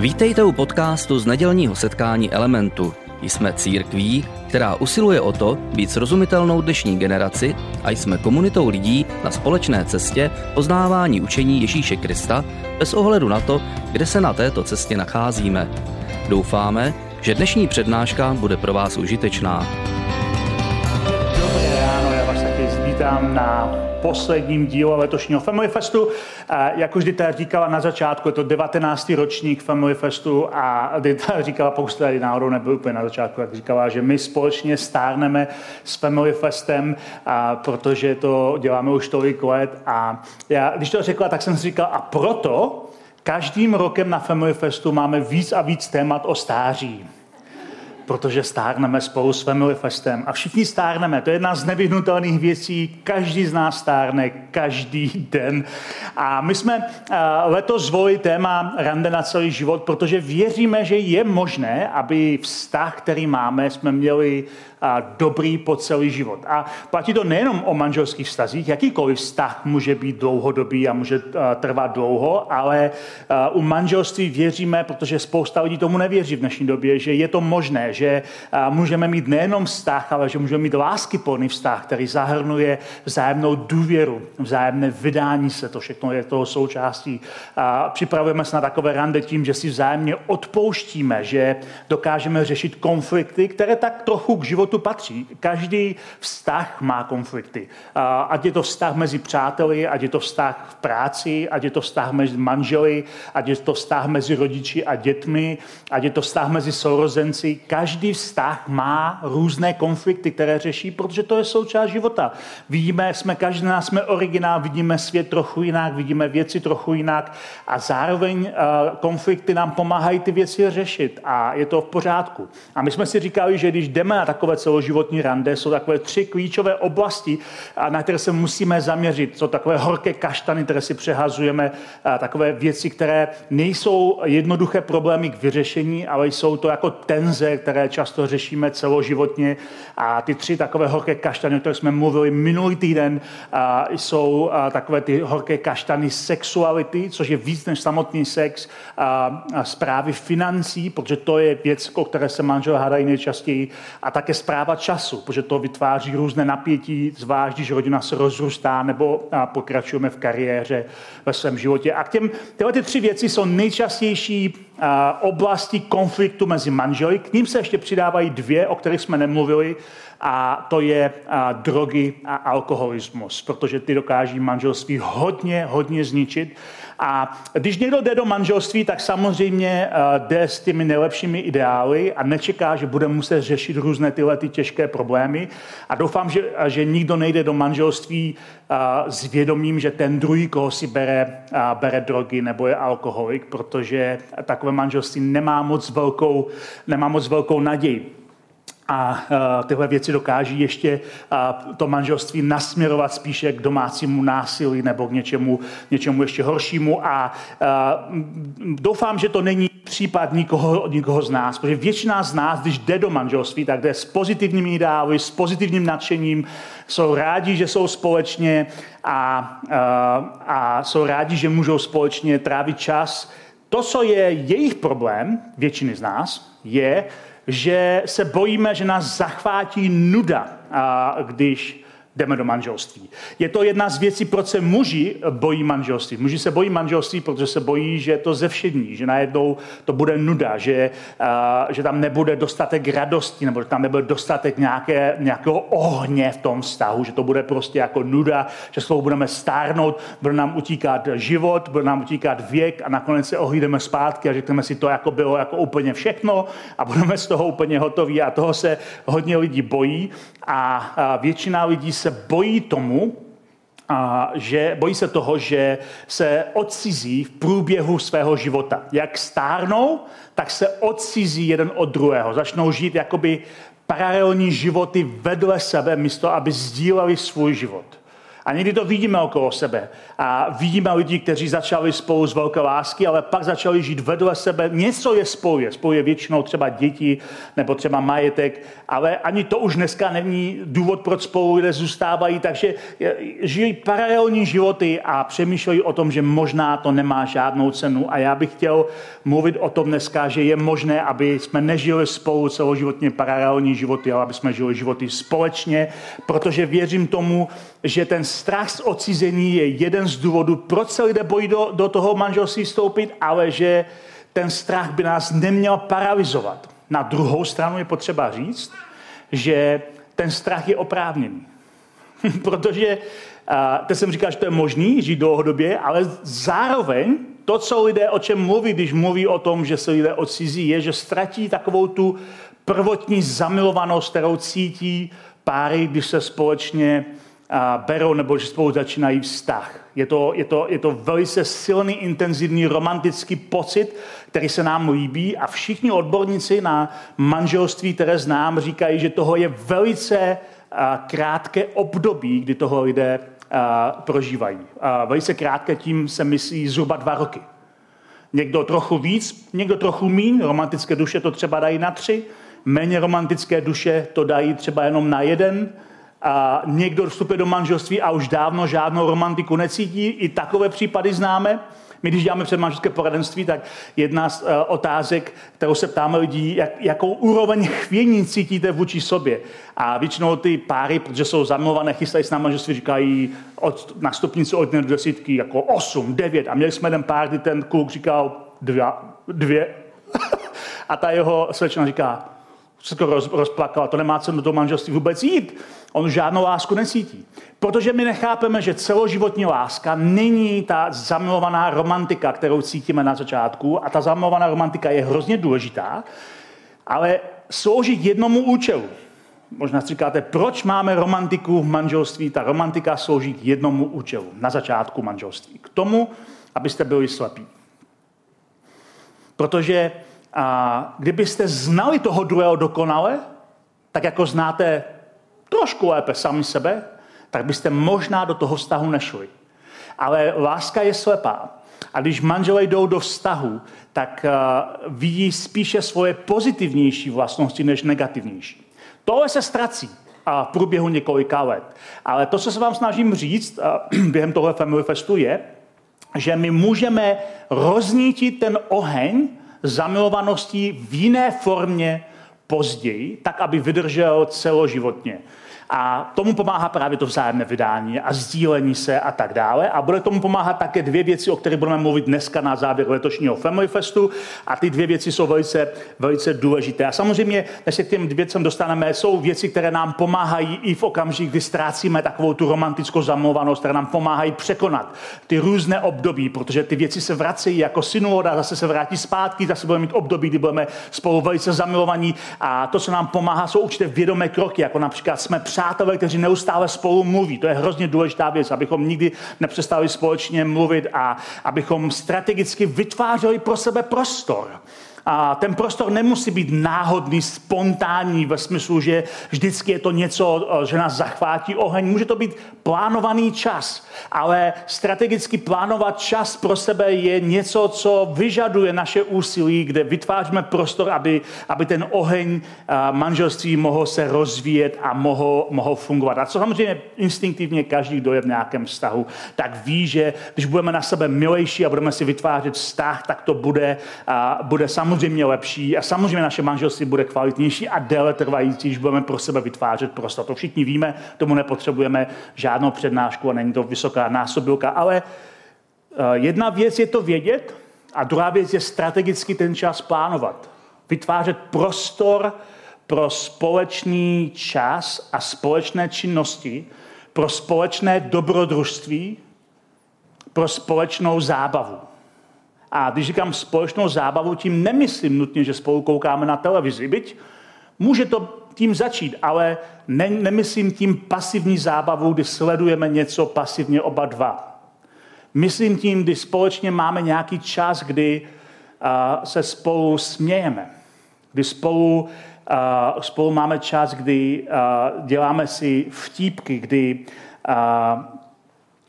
Vítejte u podcastu z nedělního setkání Elementu. Jsme církví, která usiluje o to být srozumitelnou dnešní generaci a jsme komunitou lidí na společné cestě poznávání učení Ježíše Krista bez ohledu na to, kde se na této cestě nacházíme. Doufáme, že dnešní přednáška bude pro vás užitečná. Dobré ráno, já vás taky vítám na posledním dílu letošního Family Festu. Jak už Dita říkala na začátku, je to 19. ročník Family Festu a Dita říkala, pokud tady náhodou nebyl úplně na začátku, jak říkala, že my společně stárneme s Family Festem, protože to děláme už tolik let. A já, když to řekla, tak jsem si říkal, a proto každým rokem na Family Festu máme víc a víc témat o stáří. Protože stárneme spolu s Family Festem. A všichni stárneme. To je jedna z nevyhnutelných věcí. Každý z nás stárne každý den. A my jsme letos zvolili téma rande na celý život, protože věříme, že je možné, aby vztah, který máme, jsme měli dobrý po celý život. A platí to nejenom o manželských vztazích, jakýkoliv vztah může být dlouhodobý a může trvat dlouho, ale u manželství věříme, protože spousta lidí tomu nevěří v dnešní době, že je to možné, že můžeme mít nejenom vztah, ale že můžeme mít láskyplný vztah, který zahrnuje vzájemnou důvěru, vzájemné vydání se, to všechno je toho součástí. Připravujeme se na takové rande tím, že si vzájemně odpouštíme, že dokážeme řešit konflikty, které tak trochu k životu patří. Každý vztah má konflikty. Ať je to vztah mezi přáteli, ať je to vztah v práci, ať je to vztah mezi manželi, ať je to vztah mezi rodiči a dětmi, ať je to vztah mezi sourozenci. Každý vztah má různé konflikty, které řeší, protože to je součást života. Vidíme, každý z nás jsme originál, vidíme svět trochu jinak, vidíme věci trochu jinak a zároveň konflikty nám pomáhají ty věci řešit a je to v pořádku. A my jsme si říkali, že když jdeme na takové celoživotní rande, jsou takové 3 klíčové oblasti, na které se musíme zaměřit. Jsou takové horké kaštany, které si přehazujeme, takové věci, které nejsou jednoduché problémy k vyřešení, ale jsou to jako tenze, které často řešíme celoživotně. A ty 3 takové horké kaštany, o kterých jsme mluvili minulý týden, jsou takové ty horké kaštany sexuality, což je víc než samotný sex, správy financí, protože to je věc, o které se manželé hádají nejčastěji, a také správa času, protože to vytváří různé napětí, zvlášť když rodina se rozrůstá nebo pokračujeme v kariéře ve svém životě. A tyhle 3 věci jsou nejčastější oblasti konfliktu mezi manželi. K ním se ještě přidávají 2, o kterých jsme nemluvili, a to je drogy a alkoholismus, protože ty dokáží manželství hodně zničit. A když někdo jde do manželství, tak samozřejmě jde s těmi nejlepšími ideály a nečeká, že bude muset řešit různé tyhle těžké problémy. A doufám, že nikdo nejde do manželství s vědomím, že ten druhý, koho si bere drogy nebo je alkoholik, protože takové manželství nemá moc velkou naději. A tyhle věci dokáží ještě to manželství nasměrovat spíše k domácímu násilí nebo k něčemu ještě horšímu. A doufám, že to není případ nikoho z nás, protože většina z nás, když jde do manželství, tak jde s pozitivními ideály, s pozitivním nadšením, jsou rádi, že jsou společně a jsou rádi, že můžou společně trávit čas. To, co je jejich problém, většiny z nás, je, že se bojíme, že nás zachvátí nuda, když jdeme do manželství. Je to jedna z věcí, proč se muži bojí manželství. Muži se bojí manželství, protože se bojí, že to zevšední, že najednou to bude nuda, že tam nebude dostatek radosti, nebo že tam nebude dostatek nějakého ohně v tom vztahu, že to bude prostě jako nuda, že s toho budeme stárnout, bude nám utíkat život, bude nám utíkat věk a nakonec se ohlídeme zpátky a řekneme si, to jako bylo jako úplně všechno a budeme z toho úplně hotoví a toho se hodně lidí bojí a většina lidí se bojí se toho, že se odcizí v průběhu svého života. Jak stárnou, tak se odcizí jeden od druhého. Začnou žít jakoby paralelní životy vedle sebe, místo aby sdíleli svůj život. A někdy to vidíme okolo sebe. A vidíme lidi, kteří začali spolu z velké lásky, ale pak začali žít vedle sebe. Něco je spojuje. Spojuje většinou třeba děti nebo třeba majetek, ale ani to už dneska není důvod, proč spolu lidé zůstávají. Takže žijí paralelní životy a přemýšlejí o tom, že možná to nemá žádnou cenu. A já bych chtěl mluvit o tom dneska, že je možné, aby jsme nežili spolu celoživotně paralelní životy, ale aby jsme žili životy společně, protože věřím tomu, že ten strach z odcizení je jeden z důvodů, proč se lidé bojí do toho manželství vstoupit, ale že ten strach by nás neměl paralyzovat. Na druhou stranu je potřeba říct, že ten strach je oprávněný. Protože teď jsem říkal, že to je možný žít dlouhodobě, ale zároveň to, co lidé o čem mluví, když mluví o tom, že se lidé odcizí, je, že ztratí takovou tu prvotní zamilovanost, kterou cítí páry, když se společně berou nebo že spolu začínají vztah. Je to velice silný, intenzivní, romantický pocit, který se nám líbí a všichni odborníci na manželství, které znám, říkají, že toho je velice krátké období, kdy toho lidé prožívají. Velice krátké tím se myslí zhruba 2 roky. Někdo trochu víc, někdo trochu míň, romantické duše to třeba dají na 3, méně romantické duše to dají třeba jenom na 1, a někdo vstupuje do manželství a už dávno žádnou romantiku necítí. I takové případy známe. My, když děláme předmanželské poradenství, tak jedna z otázek, kterou se ptáme lidí, jakou úroveň chvění cítíte vůči sobě. A většinou ty páry, protože jsou zamilované, chystají se na manželství, říkají na stupnici od 1 do 10 jako 8, 9. A měli jsme jeden pár, kdy ten kluk říkal 2. A ta jeho slečna říká, se to rozplakala, to nemá cenu do toho manželství vůbec jít. On žádnou lásku necítí. Protože my nechápeme, že celoživotní láska není ta zamilovaná romantika, kterou cítíme na začátku. A ta zamilovaná romantika je hrozně důležitá, ale slouží k jednomu účelu. Možná si říkáte, proč máme romantiku v manželství? Ta romantika slouží k jednomu účelu na začátku manželství. K tomu, abyste byli slepí. Protože kdybyste znali toho druhého dokonale, tak jako znáte trošku lépe sami sebe, tak byste možná do toho vztahu nešli. Ale láska je slepá. A když manželé jdou do vztahu, tak vidí spíše svoje pozitivnější vlastnosti než negativnější. Tohle se ztrací v průběhu několika let. Ale to, co se vám snažím říct během tohle Family Festu je, že my můžeme roznítit ten oheň zamilovaností v jiné formě později, tak, aby vydržel celoživotně. A tomu pomáhá právě to vzájemné vydání a sdílení se a tak dále. A bude tomu pomáhat také 2 věci, o kterých budeme mluvit dneska na závěr letošního Family Festu. A ty 2 věci jsou velice, velice důležité. A samozřejmě, než se k těm věcem dostaneme, jsou věci, které nám pomáhají i v okamžiku, kdy ztrácíme takovou tu romantickou zamilovanost, které nám pomáhají překonat ty různé období, protože ty věci se vracejí jako sinusoida, zase se vrátí zpátky, zase budeme mít období, kdy budeme spolu velice zamilovaní. A to, co nám pomáhá, jsou určité vědomé kroky, jako například jsme přátelé, kteří neustále spolu mluví. To je hrozně důležitá věc, abychom nikdy nepřestali společně mluvit a abychom strategicky vytvářeli pro sebe prostor. A ten prostor nemusí být náhodný, spontánní ve smyslu, že vždycky je to něco, že nás zachvátí oheň. Může to být plánovaný čas, ale strategicky plánovat čas pro sebe je něco, co vyžaduje naše úsilí, kde vytváříme prostor, aby ten oheň manželství mohl se rozvíjet a mohl fungovat. A co samozřejmě instinktivně každý, kdo je v nějakém vztahu, tak ví, že když budeme na sebe milejší a budeme si vytvářet vztah, tak to bude samozřejmě lepší a samozřejmě naše manželství bude kvalitnější a déle trvající, když budeme pro sebe vytvářet prostor. To všichni víme, tomu nepotřebujeme žádnou přednášku a není to vysoká násobilka, ale jedna věc je to vědět a druhá věc je strategicky ten čas plánovat. Vytvářet prostor pro společný čas a společné činnosti, pro společné dobrodružství, pro společnou zábavu. A když říkám společnou zábavu, tím nemyslím nutně, že spolu koukáme na televizi, byť může to tím začít, ale nemyslím tím pasivní zábavu, kdy sledujeme něco pasivně oba dva. Myslím tím, kdy společně máme nějaký čas, kdy se spolu smějeme, kdy spolu máme čas, kdy děláme si vtípky, kdy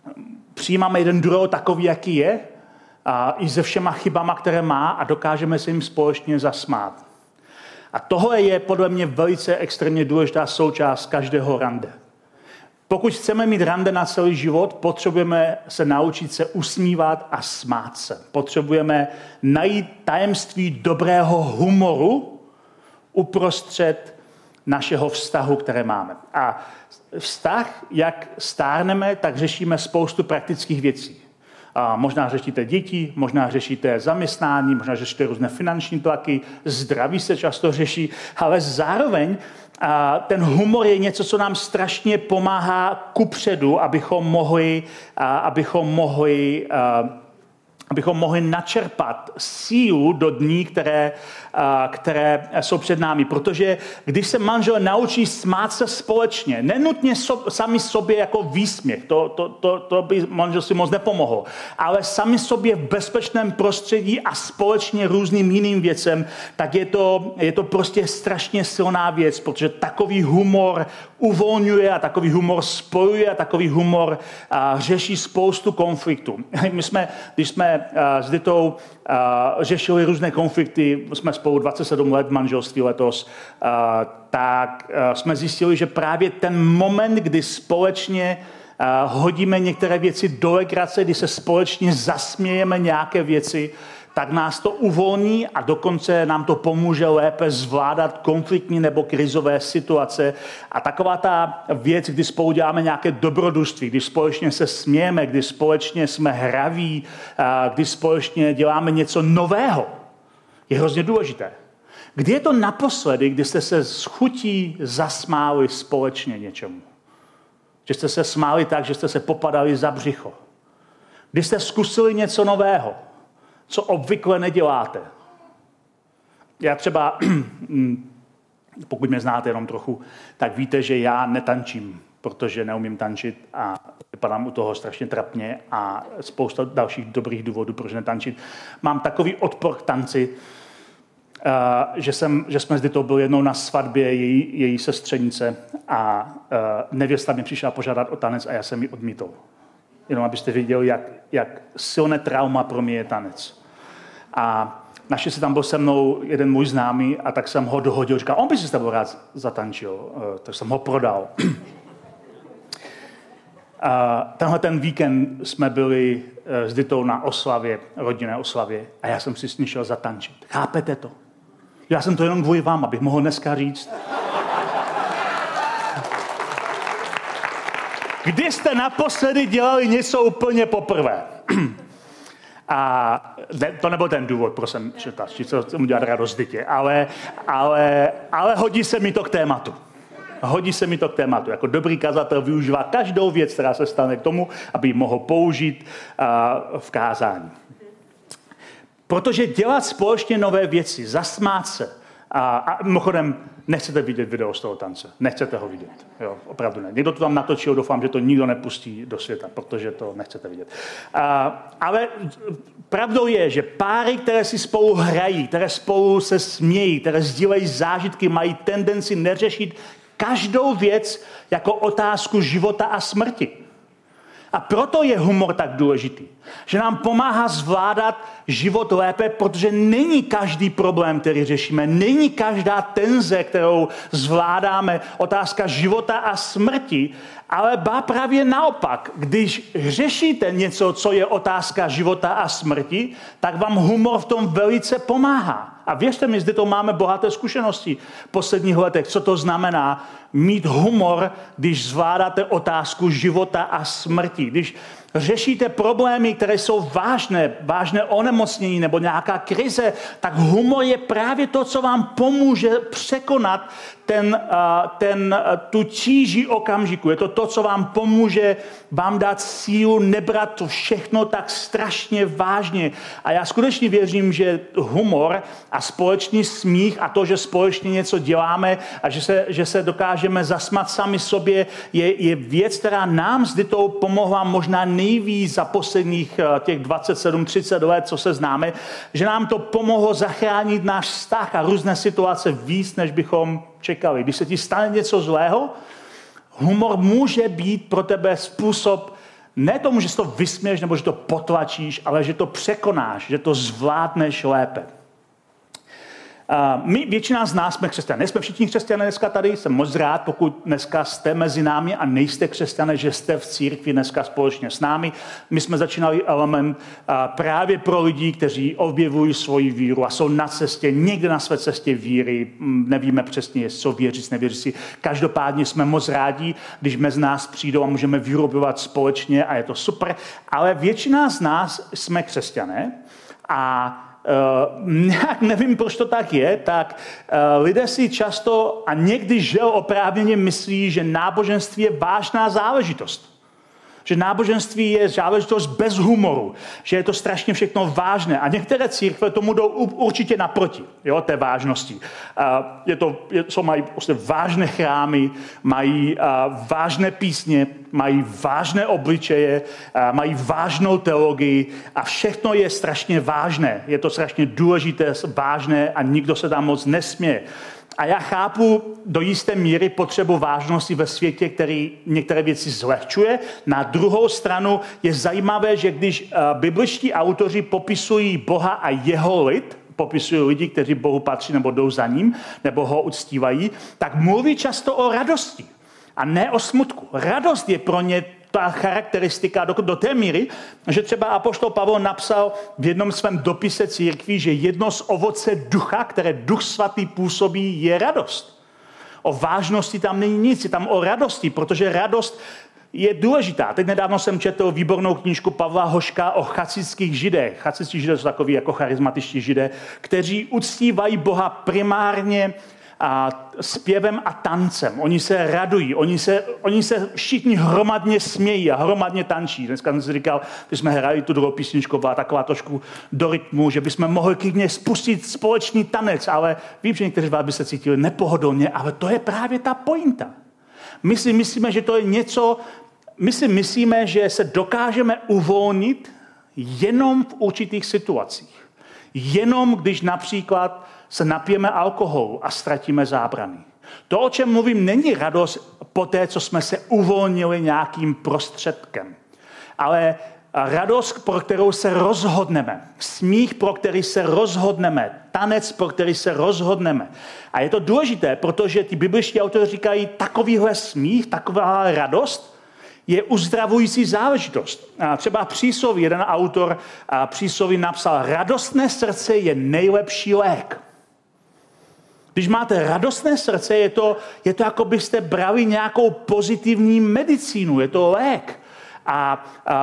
přijímáme jeden druhého takový, jaký je, a i se všema chybama, které má, a dokážeme se jim společně zasmát. A tohle je podle mě velice extrémně důležitá součást každého rande. Pokud chceme mít rande na celý život, potřebujeme se naučit se usmívat a smát se. Potřebujeme najít tajemství dobrého humoru uprostřed našeho vztahu, které máme. A vztah, jak stárneme, tak řešíme spoustu praktických věcí. A možná řešíte děti, možná řešíte zaměstnání, možná řešíte různé finanční tlaky, zdraví se často řeší, ale zároveň ten humor je něco, co nám strašně pomáhá kupředu, abychom mohli načerpat sílu do dní, které jsou před námi. Protože když se manžel naučí smát se společně, nenutně sami sobě jako výsměch, to by manžel si moc nepomohl, ale sami sobě v bezpečném prostředí a společně různým jiným věcem, tak je to prostě strašně silná věc, protože takový humor uvolňuje a takový humor spojuje a takový humor řeší spoustu konfliktů. Když jsme s Ditou řešili různé konflikty, jsme spolu 27 let v manželství letos, tak jsme zjistili, že právě ten moment, kdy společně hodíme některé věci do legrace, kdy se společně zasmějeme nějaké věci, tak nás to uvolní a dokonce nám to pomůže lépe zvládat konfliktní nebo krizové situace. A taková ta věc, kdy spolu děláme nějaké dobrodružství, když společně se smějeme, když společně jsme hraví, když společně děláme něco nového, je hrozně důležité. Kdy je to naposledy, kdy jste se s chutí zasmáli společně něčemu? Že jste se smáli tak, že jste se popadali za břicho. Kdy jste zkusili něco nového, co obvykle neděláte. Já třeba, pokud mě znáte jenom trochu, tak víte, že já netančím, protože neumím tančit a vypadám u toho strašně trapně a spousta dalších dobrých důvodů, proč netančit. Mám takový odpor k tanci, že jsme s Ditou byli jednou na svatbě její sestřenice a nevěsta mi přišla požádat o tanec a já jsem ji odmítl. Jenom abyste viděli, jak silné trauma pro mě je tanec. A naštěstí tam byl se mnou jeden můj známý a tak jsem ho dohodil. Říkal, on by si s tebou rád zatančil. Tak jsem ho prodal. Tenhle ten víkend jsme byli s Ditou na oslavě, rodinné oslavě a já jsem si s ní šel zatančit. Chápete to? Já jsem to jenom kvůli vám, abych mohl dneska říct. Kdy jste naposledy dělali něco úplně poprvé? A to nebyl ten důvod, prosím, co mu dělat radost Ditě, ale hodí se mi to k tématu. Hodí se mi to k tématu. Jako dobrý kazatel využívá každou věc, která se stane k tomu, aby ji mohl použít v kázání. Protože dělat společně nové věci, zasmát se, a mimochodem, nechcete vidět video z toho tance. Nechcete ho vidět. Jo, opravdu ne. Někdo to tam natočil, doufám, že to nikdo nepustí do světa, protože to nechcete vidět. Ale pravdou je, že páry, které si spolu hrají, které spolu se smějí, které sdílejí zážitky, mají tendenci neřešit každou věc jako otázku života a smrti. A proto je humor tak důležitý. Že nám pomáhá zvládat život lépe, protože není každý problém, který řešíme, není každá tenze, kterou zvládáme, otázka života a smrti, ale ba právě naopak, když řešíte něco, co je otázka života a smrti, tak vám humor v tom velice pomáhá. A věřte mi, zde to máme bohaté zkušenosti v posledních letech, co to znamená mít humor, když zvládáte otázku života a smrti. Když řešíte problémy, které jsou vážné onemocnění nebo nějaká krize, tak humor je právě to, co vám pomůže překonat tu tíži okamžiku. Je to, co vám pomůže vám dát sílu nebrat to všechno tak strašně vážně. A já skutečně věřím, že humor a společný smích a to, že společně něco děláme a že se dokážeme zasmat sami sobě, je věc, která nám s Ditou pomohla možná nejvíc za posledních těch 27-30 let, co se známe, že nám to pomohlo zachránit náš vztah a různé situace víc, než bychom čekali. Když se ti stane něco zlého, humor může být pro tebe způsob Ne tomu, že si to vysměješ nebo že to potlačíš, ale že to překonáš, že to zvládneš lépe. Většina z nás jsme křesťané. Nejsme všichni křesťané dneska tady. Jsem moc rád, pokud dneska jste mezi námi a nejste křesťané, že jste v církvi dneska společně s námi. My jsme začínali Element právě pro lidi, kteří objevují svoji víru a jsou na cestě, někde na své cestě víry. Nevíme přesně, co věřit, nevěřit si. Každopádně jsme moc rádi, když mezi nás přijdou a můžeme víru objevovat společně a je to super. Ale většina z nás jsme křesťané a nějak nevím, proč to tak je, tak lidé si často a někdy žel oprávněně myslí, že náboženství je vážná záležitost. Že náboženství je záležitost bez humoru, že je to strašně všechno vážné. A některé církve tomu jdou určitě naproti, jo, té vážnosti. Mají prostě vážné chrámy, mají vážné písně, mají vážné obličeje, mají vážnou teologii a všechno je strašně vážné. Je to strašně důležité, vážné a nikdo se tam moc nesměje. A já chápu do jisté míry potřebu vážnosti ve světě, který některé věci zlehčuje. Na druhou stranu je zajímavé, že když bibličtí autoři popisují Boha a jeho lid, popisují lidi, kteří Bohu patří nebo jdou za ním, nebo ho uctívají, tak mluví často o radosti a ne o smutku. Radost je pro ně ta charakteristika do té míry, že třeba apoštol Pavel napsal v jednom svém dopise církví, že jedno z ovoce ducha, které Duch Svatý působí, je radost. O vážnosti tam není nic, je tam o radosti, protože radost je důležitá. Teď nedávno jsem četl výbornou knížku Pavla Hoška o chasidských židech. Chasidští židé jsou takový jako charismatičtí židé, kteří uctívají Boha primárně a zpěvem a tancem. Oni se radují, oni se všichni hromadně smějí a hromadně tančí. Dneska jsem si říkal, když jsme hráli tu druhou písničku, byla taková trošku do rytmu, že bychom mohli klidně spustit společný tanec, ale vím, že někteří z vás by se cítili nepohodlně, ale to je právě ta pointa. My si myslíme, že to je něco, my si myslíme, že se dokážeme uvolnit jenom v určitých situacích. Jenom když například se napijeme alkoholu a ztratíme zábrany. To, o čem mluvím, není radost po té, co jsme se uvolnili nějakým prostředkem. Ale radost, pro kterou se rozhodneme. Smích, pro který se rozhodneme. Tanec, pro který se rozhodneme. A je to důležité, protože ty bibličtí autoři říkají, takovýhle smích, taková radost je uzdravující záležitost. A třeba Přísloví, jeden autor Přísloví napsal, radostné srdce je nejlepší lék. Když máte radostné srdce, je to jako byste brali nějakou pozitivní medicínu, je to lék. A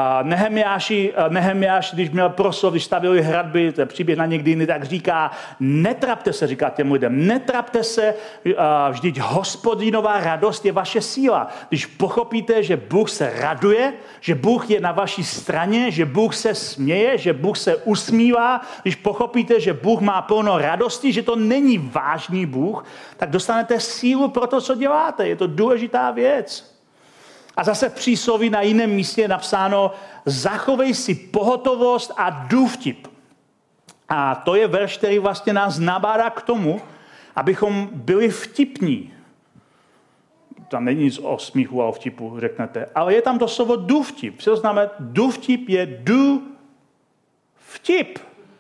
Nehemiáš, když měl proslov, když stavili hradby, to je příběh na někdy jiný, tak říká, netrapte se, říká těm lidem, netrapte se, vždyť Hospodinová radost je vaše síla. Když pochopíte, že Bůh se raduje, že Bůh je na vaší straně, že Bůh se směje, že Bůh se usmívá, když pochopíte, že Bůh má plno radosti, že to není vážný Bůh, tak dostanete sílu pro to, co děláte. Je to důležitá věc. A zase v Přísloví na jiném místě je napsáno, zachovej si pohotovost a důvtip. A to je verš, který vlastně nás nabádá k tomu, abychom byli vtipní. Tam není nic o smíchu a o vtipu, řeknete. Ale je tam to slovo důvtip. Co to znamená? Důvtip je vtip.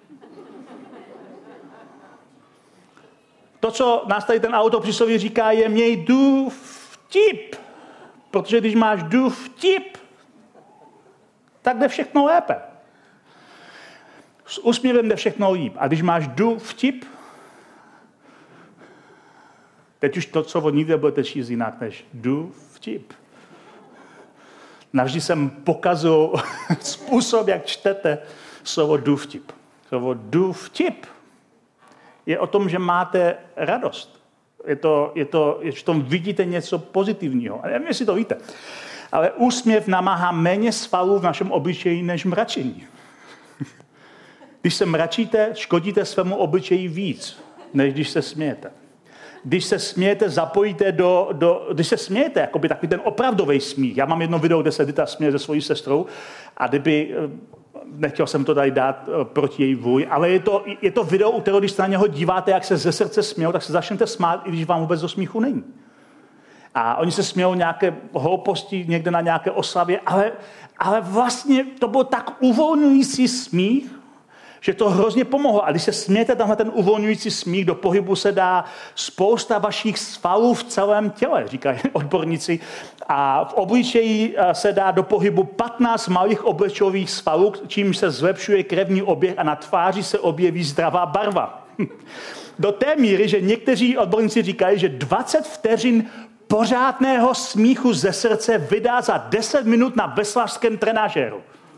To, co nás tady ten autor Přísloví říká, je měj vtip. Protože když máš vtip, tak jde všechno lépe. S úsměvem jde všechno líp. A když máš vtip, teď už to, co od nikde budete číst jinak, než vtip. Navždy jsem pokazil způsob, jak čtete slovo vtip. Slovo vtip je o tom, že máte radost. Je v tom vidíte něco pozitivního. A nevím, jestli to víte. Ale úsměv namáhá méně svalů v našem obličeji než mračení. Když se mračíte, škodíte svému obličeji víc, než když se smějete. Když se smějete, zapojíte když se smějete, jakoby takový ten opravdový smích. Já mám jedno video, kde se Dita směje se svojí sestrou a nechtěl jsem to tady dát proti její vůli, ale je to video, u kterého, když se na něho díváte, jak se ze srdce smějou, tak se začnete smát, i když vám vůbec do smíchu není. A oni se smějou nějaké hlouposti někde na nějaké oslavě, ale vlastně to byl tak uvolňující smích, že to hrozně pomohlo. A když se smějete tamhle ten uvolňující smích, do pohybu se dá spousta vašich svalů v celém těle, říkají odborníci. A v obličeji se dá do pohybu 15 malých obličejových svalů, čímž se zlepšuje krevní oběh a na tváři se objeví zdravá barva. Do té míry, že někteří odborníci říkají, že 20 vteřin pořádného smíchu ze srdce vydá za 10 minut na veslařském trenažéru.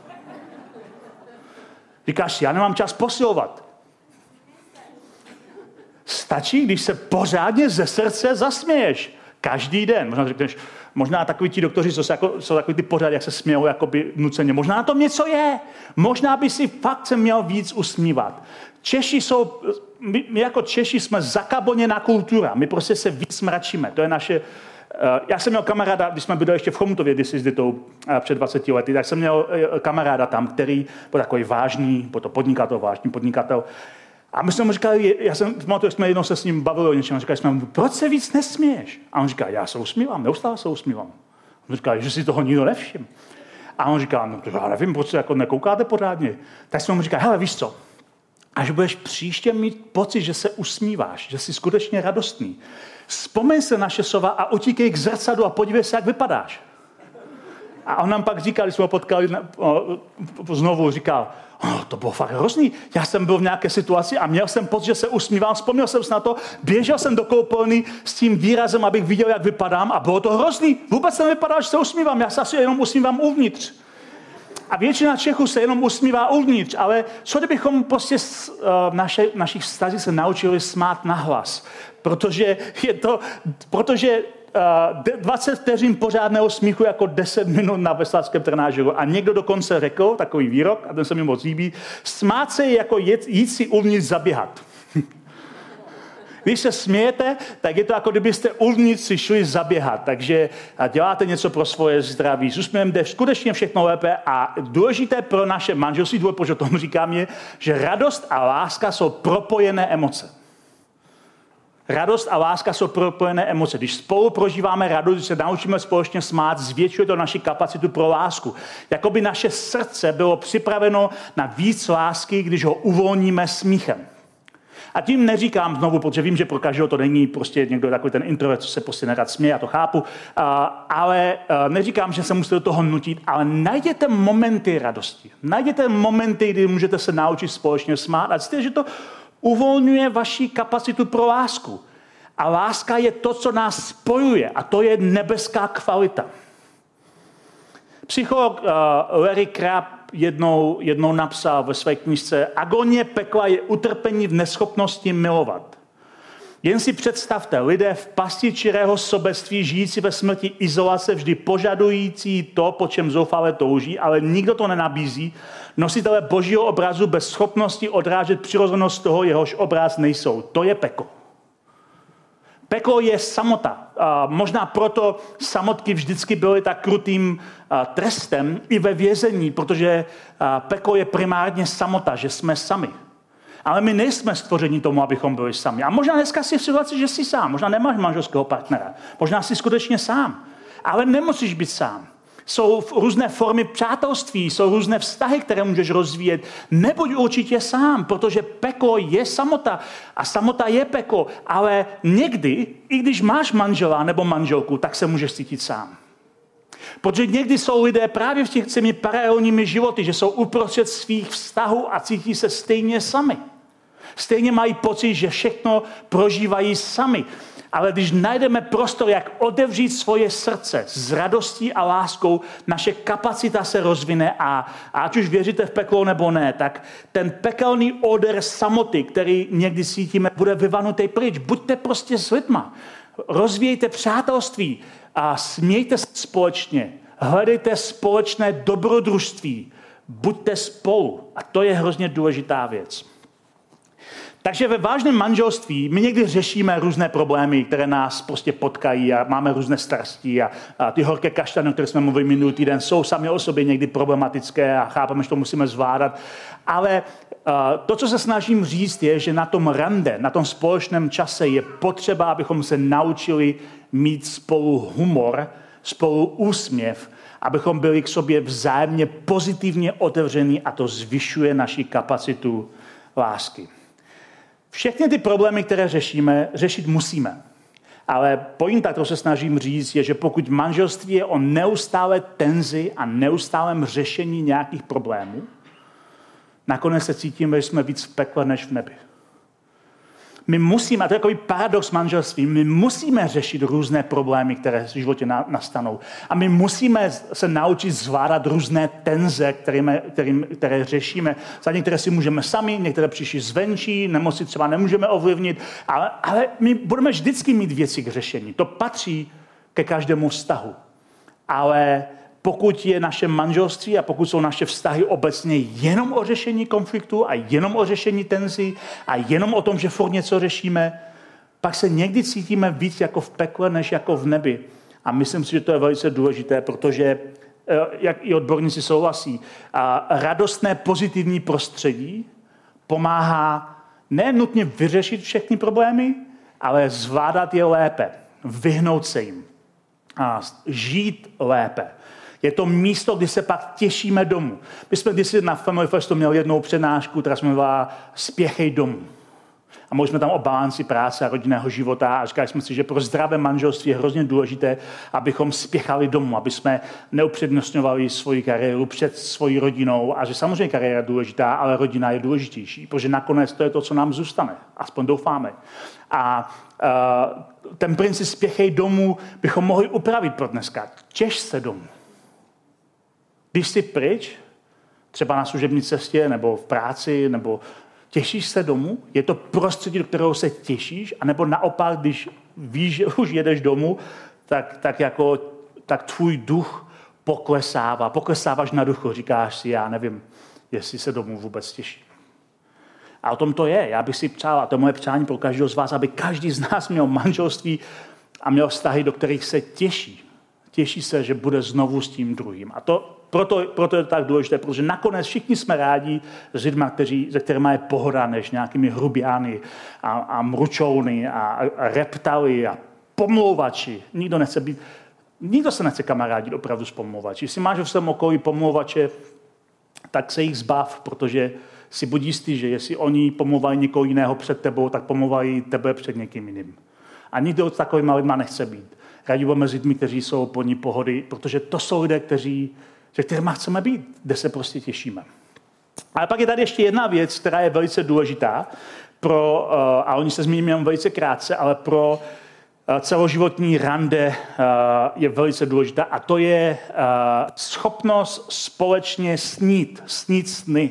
Říkáš si, já nemám čas posilovat. Stačí, když se pořádně ze srdce zasměješ. Každý den. Možná řekneš, možná takový ti doktoři jsou takový ty pořád, jak se smějou jakoby nuceně. Možná na tom něco je. Možná by si fakt se měl víc usmívat. My jako Češi jsme zakabloněná kultura. My prostě se víc mračíme. To je naše... Já jsem měl kamaráda, když jsme byli ještě v Chomutově kdysi s Ditou před 20 lety, tak jsem měl kamaráda tam, který byl takový vážný podnikatel. A my jsme mu říkali, pamatuju, jsme jednou se s ním bavili o něčem, a říkali jsme mu, proč se víc nesměješ? A on říká, já se usmívám, neustále se usmívám. On říká, že si toho nikdo nevšim. A on říká, no já nevím, proč se jako nekoukáte pořádně. Tak jsme mu říkali, hele, víš co, až budeš příště mít pocit, že se usmíváš, že jsi skutečně radostný, vzpomeň se naše slova a utíkej k zrcadlu a podívej se, jak vypadáš. A on nám pak říkal, když jsme ho potkali znovu, říkal, to bylo fakt hrozný. Já jsem byl v nějaké situaci a měl jsem pocit, že se usmívám, vzpomněl jsem se na to, běžel jsem do koupelny s tím výrazem, abych viděl, jak vypadám a bylo to hrozný. Vůbec jsem vypadal, že se usmívám, já se asi jenom usmívám uvnitř. A většina Čechů se jenom usmívá uvnitř, ale co kdybychom prostě našich vztazích se naučili smát nahlas? Protože 20 vteřin pořádného smíchu jako 10 minut na veslařském trenážeru. A někdo dokonce řekl, takový výrok, a ten se mi moc líbí, smát se je jako jít si uvnitř zaběhat. Když se smějete, tak je to jako kdybyste uvnitř si šli zaběhat. Takže děláte něco pro svoje zdraví. S úsměvem jde skutečně všechno lépe a důležité pro naše manželství, protože tomu říkám je, že radost a láska jsou propojené emoce. Radost a láska jsou propojené emoce. Když spolu prožíváme radost, když se naučíme společně smát, zvětšuje to naši kapacitu pro lásku. Jakoby naše srdce bylo připraveno na víc lásky, když ho uvolníme smíchem. A tím neříkám znovu, protože vím, že pro každého to není prostě někdo takový ten introvert, co se prostě nerad směje, já to chápu, ale neříkám, že se musíte do toho nutit, ale najděte momenty radosti. Najděte momenty, kdy můžete se naučit společně smát a zjistíte, že to uvolňuje vaši kapacitu pro lásku. A láska je to, co nás spojuje a to je nebeská kvalita. Psycholog Larry Crabb jednou napsal ve své knížce Agonie pekla je utrpení v neschopnosti milovat. Jen si představte, lidé v pasti čirého sobectví, žijící ve smrti izolace, vždy požadující to, po čem zoufale touží, ale nikdo to nenabízí, nositele božího obrazu bez schopnosti odrážet přirozenost toho, jehož obraz nejsou. To je peklo. Peklo je samota. Možná proto samotky vždycky byly tak krutým trestem i ve vězení, protože peklo je primárně samota, že jsme sami. Ale my nejsme stvořeni tomu, abychom byli sami. A možná dneska jsi v situaci, že jsi sám. Možná nemáš manželského partnera. Možná jsi skutečně sám. Ale nemusíš být sám. Jsou různé formy přátelství, jsou různé vztahy, které můžeš rozvíjet. Nebuď určitě sám, protože peklo je samota a samota je peklo. Ale někdy, i když máš manžela nebo manželku, tak se můžeš cítit sám. Protože někdy jsou lidé právě v těmi paralelními životy, že jsou uprostřed svých vztahů a cítí se stejně sami. Stejně mají pocit, že všechno prožívají sami. Ale když najdeme prostor, jak otevřít svoje srdce s radostí a láskou, naše kapacita se rozvine a ať už věříte v peklo nebo ne, tak ten pekelný odor samoty, který někdy cítíme, bude vyvanutý pryč. Buďte prostě s lidma. Rozvíjejte přátelství a smějte se společně. Hledejte společné dobrodružství. Buďte spolu. A to je hrozně důležitá věc. Takže ve vážném manželství my někdy řešíme různé problémy, které nás prostě potkají a máme různé starosti a ty horké kaštany, o kterých jsme mluvili minulý týden, jsou sami o sobě někdy problematické a chápeme, že to musíme zvládat. Ale to, co se snažím říct, je, že na tom rande, na tom společném čase je potřeba, abychom se naučili mít spolu humor, spolu úsměv, abychom byli k sobě vzájemně pozitivně otevření a to zvyšuje naši kapacitu lásky. Všechny ty problémy, které řešíme, řešit musíme. Ale pointa, kterou se snažím říct, je, že pokud manželství je o neustále tenzi a neustálém řešení nějakých problémů, nakonec se cítíme, že jsme víc v pekle než v nebi. My musíme, a to je takový paradox manželství, my musíme řešit různé problémy, které v životě nastanou. A my musíme se naučit zvládat různé tenze, které řešíme. Za některé si můžeme sami, některé přišli zvenčí, nemoci třeba nemůžeme ovlivnit, ale my budeme vždycky mít věci k řešení. To patří ke každému vztahu. Ale pokud je naše manželství a pokud jsou naše vztahy obecně jenom o řešení konfliktu a jenom o řešení tenzí a jenom o tom, že furt něco řešíme, pak se někdy cítíme víc jako v pekle, než jako v nebi. A myslím si, že to je velice důležité, protože, jak i odborníci souhlasí, radostné pozitivní prostředí pomáhá ne nutně vyřešit všechny problémy, ale zvládat je lépe, vyhnout se jim a žít lépe. Je to místo, kdy se pak těšíme domů. My jsme kdysi na Family Festu měli jednou přednášku, která jsme byla Spěchej domů. A mluvili jsme tam o balanci práce a rodinného života a říkali jsme si, že pro zdravé manželství je hrozně důležité, abychom spěchali domů, aby jsme neupřednostňovali svoji kariéru před svojí rodinou a že samozřejmě kariéra je důležitá, ale rodina je důležitější, protože nakonec to je to, co nám zůstane. Aspoň doufáme. A ten princip Spěchej domů bychom mohli upravit pro dneska. Těš se domů. Když jsi pryč, třeba na služební cestě, nebo v práci, nebo těšíš se domů, je to prostředí, do kterého se těšíš, anebo naopak, když víš, že už jedeš domů, tak tvůj duch poklesává. Poklesáváš na duchu, říkáš si, já nevím, jestli se domů vůbec těší. A o tom to je. Já bych si přál, a to je moje přání pro každého z vás, aby každý z nás měl manželství a měl vztahy, do kterých se těší. Těší se, že bude znovu s tím druhým. A proto je to tak důležité, protože nakonec všichni jsme rádi s lidmi, se kterými je pohoda, než nějakými hrubiány a mručouny a reptaly a pomlouvači. Nikdo se nechce kamarádit opravdu s pomlouvači. Jestli máš v svém okolí pomlouvače, tak se jich zbav, protože si buď jistý, že jestli oni pomlouvají někoho jiného před tebou, tak pomlouvají tebe před někým jiným. A nikdo od takovými lidma nechce být. Rádi budeme s lidmi, kteří jsou plní pohody, protože to jsou lidé, se kterými chceme být, kde se prostě těšíme. Ale pak je tady ještě jedna věc, která je velice důležitá, a oni se zmíní jenom velice krátce, ale pro celoživotní rande je velice důležitá, a to je schopnost společně snít sny.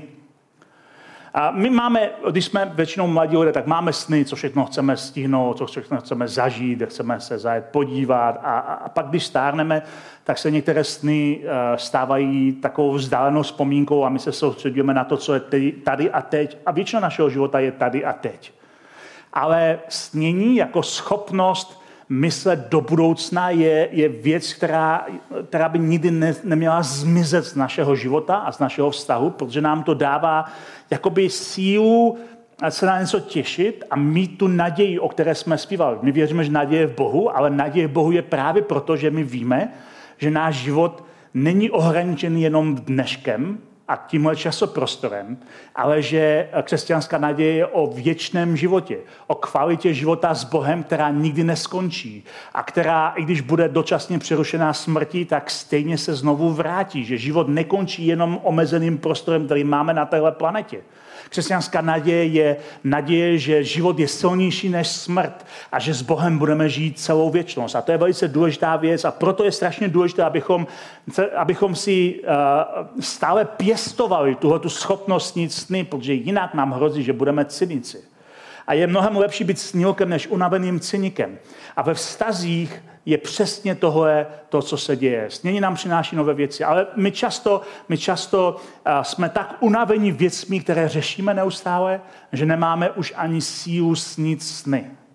A my máme, když jsme většinou mladí lidé, tak máme sny, co všechno chceme stihnout, co všechno chceme zažít, chceme se zajet podívat a pak, když stárneme, tak se některé sny stávají takovou vzdálenou vzpomínkou a my se soustředíme na to, co je tady a teď. A většina našeho života je tady a teď. Ale snění jako schopnost myslet do budoucna je věc, která by nikdy neměla zmizet z našeho života a z našeho vztahu, protože nám to dává jakoby sílu se na něco těšit a mít tu naději, o které jsme zpívali. My věříme, že naděje je v Bohu, ale naděje v Bohu je právě proto, že my víme, že náš život není ohraničený jenom dneškem a tímhle časoprostorem, ale že křesťanská naděje je o věčném životě, o kvalitě života s Bohem, která nikdy neskončí a která, i když bude dočasně přerušená smrtí, tak stejně se znovu vrátí, že život nekončí jenom omezeným prostorem, který máme na téhle planetě. Křesťanská naděje je naděje, že život je silnější než smrt a že s Bohem budeme žít celou věčnost. A to je velice důležitá věc a proto je strašně důležité, abychom si stále pěstovali tuhletu schopnost snít sny, protože jinak nám hrozí, že budeme cynici. A je mnohem lepší být snílkem než unaveným cynikem. A ve vztazích je přesně tohle to, co se děje. Snění nám přináší nové věci, ale my často jsme tak unavení věcmi, které řešíme neustále, že nemáme už ani sílu snít sny.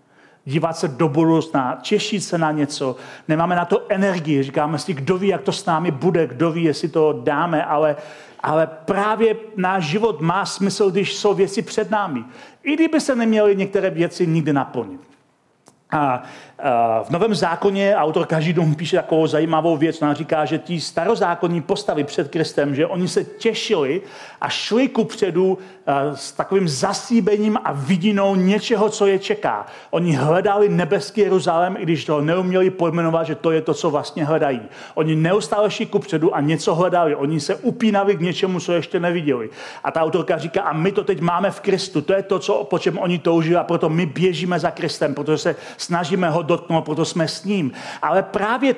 dívat se do budoucna, těšit se na něco. Nemáme na to energii, říkáme si, kdo ví, jak to s námi bude, kdo ví, jestli to dáme, ale právě náš život má smysl, když jsou věci před námi. I kdyby se neměly některé věci nikdy naplnit. A v Novém zákoně autor každý dům píše takovou zajímavou věc. On říká, že ti starozákonní postavy před Kristem, že oni se těšili a šli kupředu s takovým zasíbením a vidinou něčeho, co je čeká. Oni hledali nebeský Jeruzalém, i když to neuměli pojmenovat, že to je to, co vlastně hledají. Oni neustále šli kupředu a něco hledali. Oni se upínali k něčemu, co ještě neviděli. A ta autorka říká, a my to teď máme v Kristu. To je to, po čem oni toužili, a proto my běžíme za Kristem, protože se snažíme ho dotknout, proto jsme s ním. Ale právě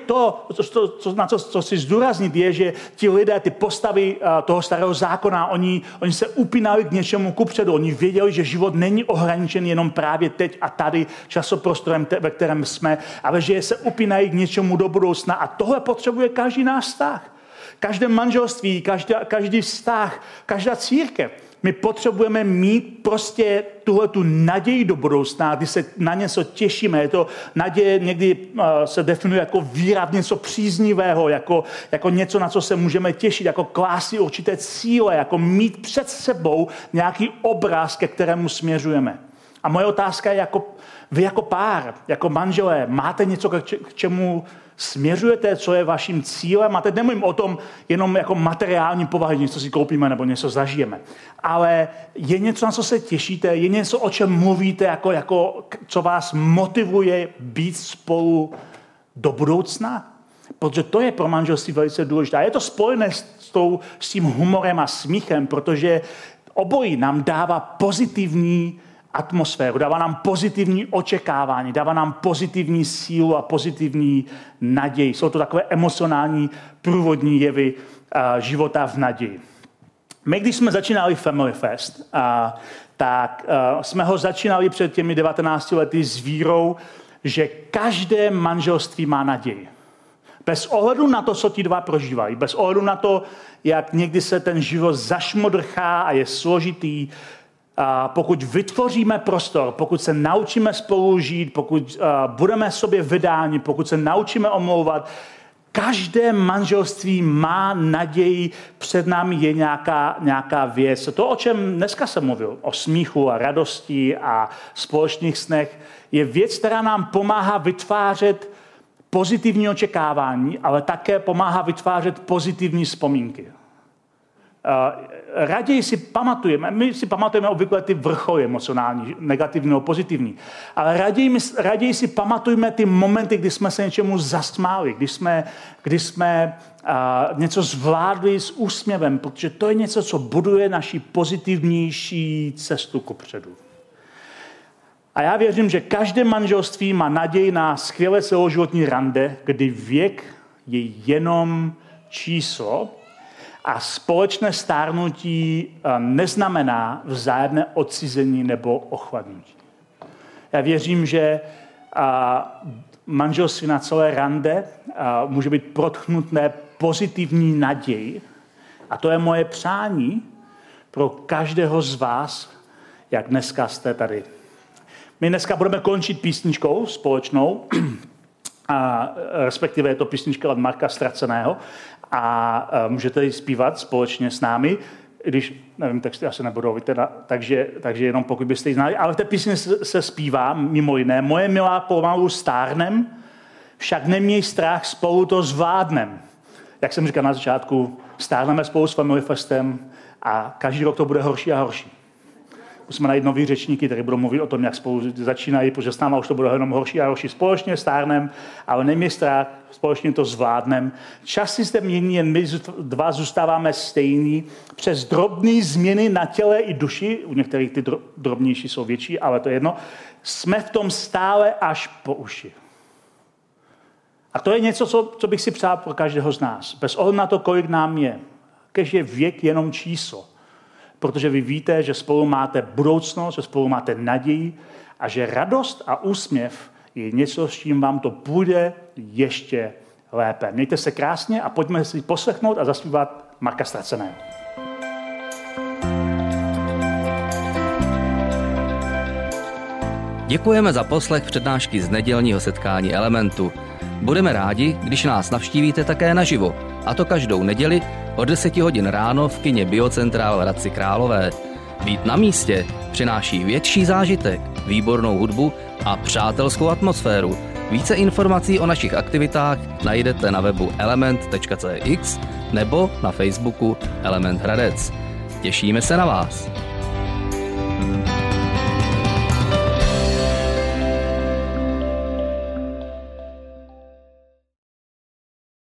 co si zdůraznit, je, že ti lidé, ty postavy toho starého zákona, oni se upínali k něčemu kupředu. Oni věděli, že život není ohraničen jenom právě teď a tady časoprostorem, ve kterém jsme, ale že se upínají k něčemu do budoucna. A tohle potřebuje každý náš vztah. Každé manželství, každý vztah, každá církev. My potřebujeme mít prostě tu naději do budoucna, kdy se na něco těšíme. Je to naděje někdy se definuje jako víra v něco příznivého, jako něco, na co se můžeme těšit, jako klást určité cíle, jako mít před sebou nějaký obraz, ke kterému směřujeme. A moje otázka je, vy jako pár, jako manželé, máte něco, k čemu směřujete, co je vaším cílem? A teď nemluvím o tom jenom jako materiální povahy, něco si koupíme nebo něco zažijeme. Ale je něco, na co se těšíte? Je něco, o čem mluvíte, jako co vás motivuje být spolu do budoucna? Protože to je pro manželství velice důležité. A je to spojené s tím humorem a smíchem, protože obojí nám dává pozitivní atmosféru, dává nám pozitivní očekávání, dává nám pozitivní sílu a pozitivní naději. Jsou to takové emocionální průvodní jevy života v naději. My, když jsme začínali Family Fest, tak jsme ho začínali před těmi 19 lety s vírou, že každé manželství má naději. Bez ohledu na to, co ti dva prožívají, bez ohledu na to, jak někdy se ten život zašmodrchá a je složitý, pokud vytvoříme prostor, pokud se naučíme spolu žít, pokud budeme sobě vydáni, pokud se naučíme omlouvat, každé manželství má naději, před námi je nějaká věc. To, o čem dneska jsem mluvil, o smíchu a radosti a společných snech, je věc, která nám pomáhá vytvářet pozitivní očekávání, ale také pomáhá vytvářet pozitivní vzpomínky. Raději si pamatujeme, my si pamatujeme obvykle ty vrcholy emocionální, negativní nebo pozitivní, ale raději si pamatujeme ty momenty, kdy jsme se něčemu zasmáli, kdy jsme něco zvládli s úsměvem, protože to je něco, co buduje naši pozitivnější cestu kupředu. A já věřím, že každé manželství má naději na skvělé celoživotní rande, kdy věk je jenom číslo, a společné stárnutí neznamená vzájemné odcizení nebo ochladnutí. Já věřím, že manželství na celé rande může být protchnuté pozitivní naději. A to je moje přání pro každého z vás, jak dneska jste tady. My dneska budeme končit písničkou společnou, respektive je to písnička od Marka Ztraceného, a můžete ji zpívat společně s námi, když, nevím, texty asi nebudou, víte, takže jenom pokud byste ji znali. Ale v té písni se zpívá, mimo jiné, moje milá, pomalu stárnem, však neměj strach, spolu to zvládnem. Jak jsem říkal na začátku, stárneme spolu s Family Festem a každý rok to bude horší a horší. Musíme najít nový řečníky, kteří budou mluvit o tom, jak spolu začínají, protože s náma už to bude jenom horší a horší. Společně stárnem, ale neměj strach, společně to zvládnem. Časy se mění, jen my dva zůstáváme stejní. Přes drobné změny na těle i duši, u některých ty drobnější jsou větší, ale to je jedno, jsme v tom stále až po uši. A to je něco, co bych si přál pro každého z nás. Bez ohledu na to, kolik nám je. Kež je věk jenom číslo. Protože vy víte, že spolu máte budoucnost, že spolu máte naději a že radost a úsměv je něco, s čím vám to půjde ještě lépe. Mějte se krásně a pojďme si poslechnout a zaspívat Marka Ztraceného. Děkujeme za poslech přednášky z nedělního setkání Elementu. Budeme rádi, když nás navštívíte také naživo, a to každou neděli od 10 hodin ráno v kině Biocentrál v Hradci Králové. Být na místě přináší větší zážitek, výbornou hudbu a přátelskou atmosféru. Více informací o našich aktivitách najdete na webu element.cx nebo na Facebooku Element Hradec. Těšíme se na vás.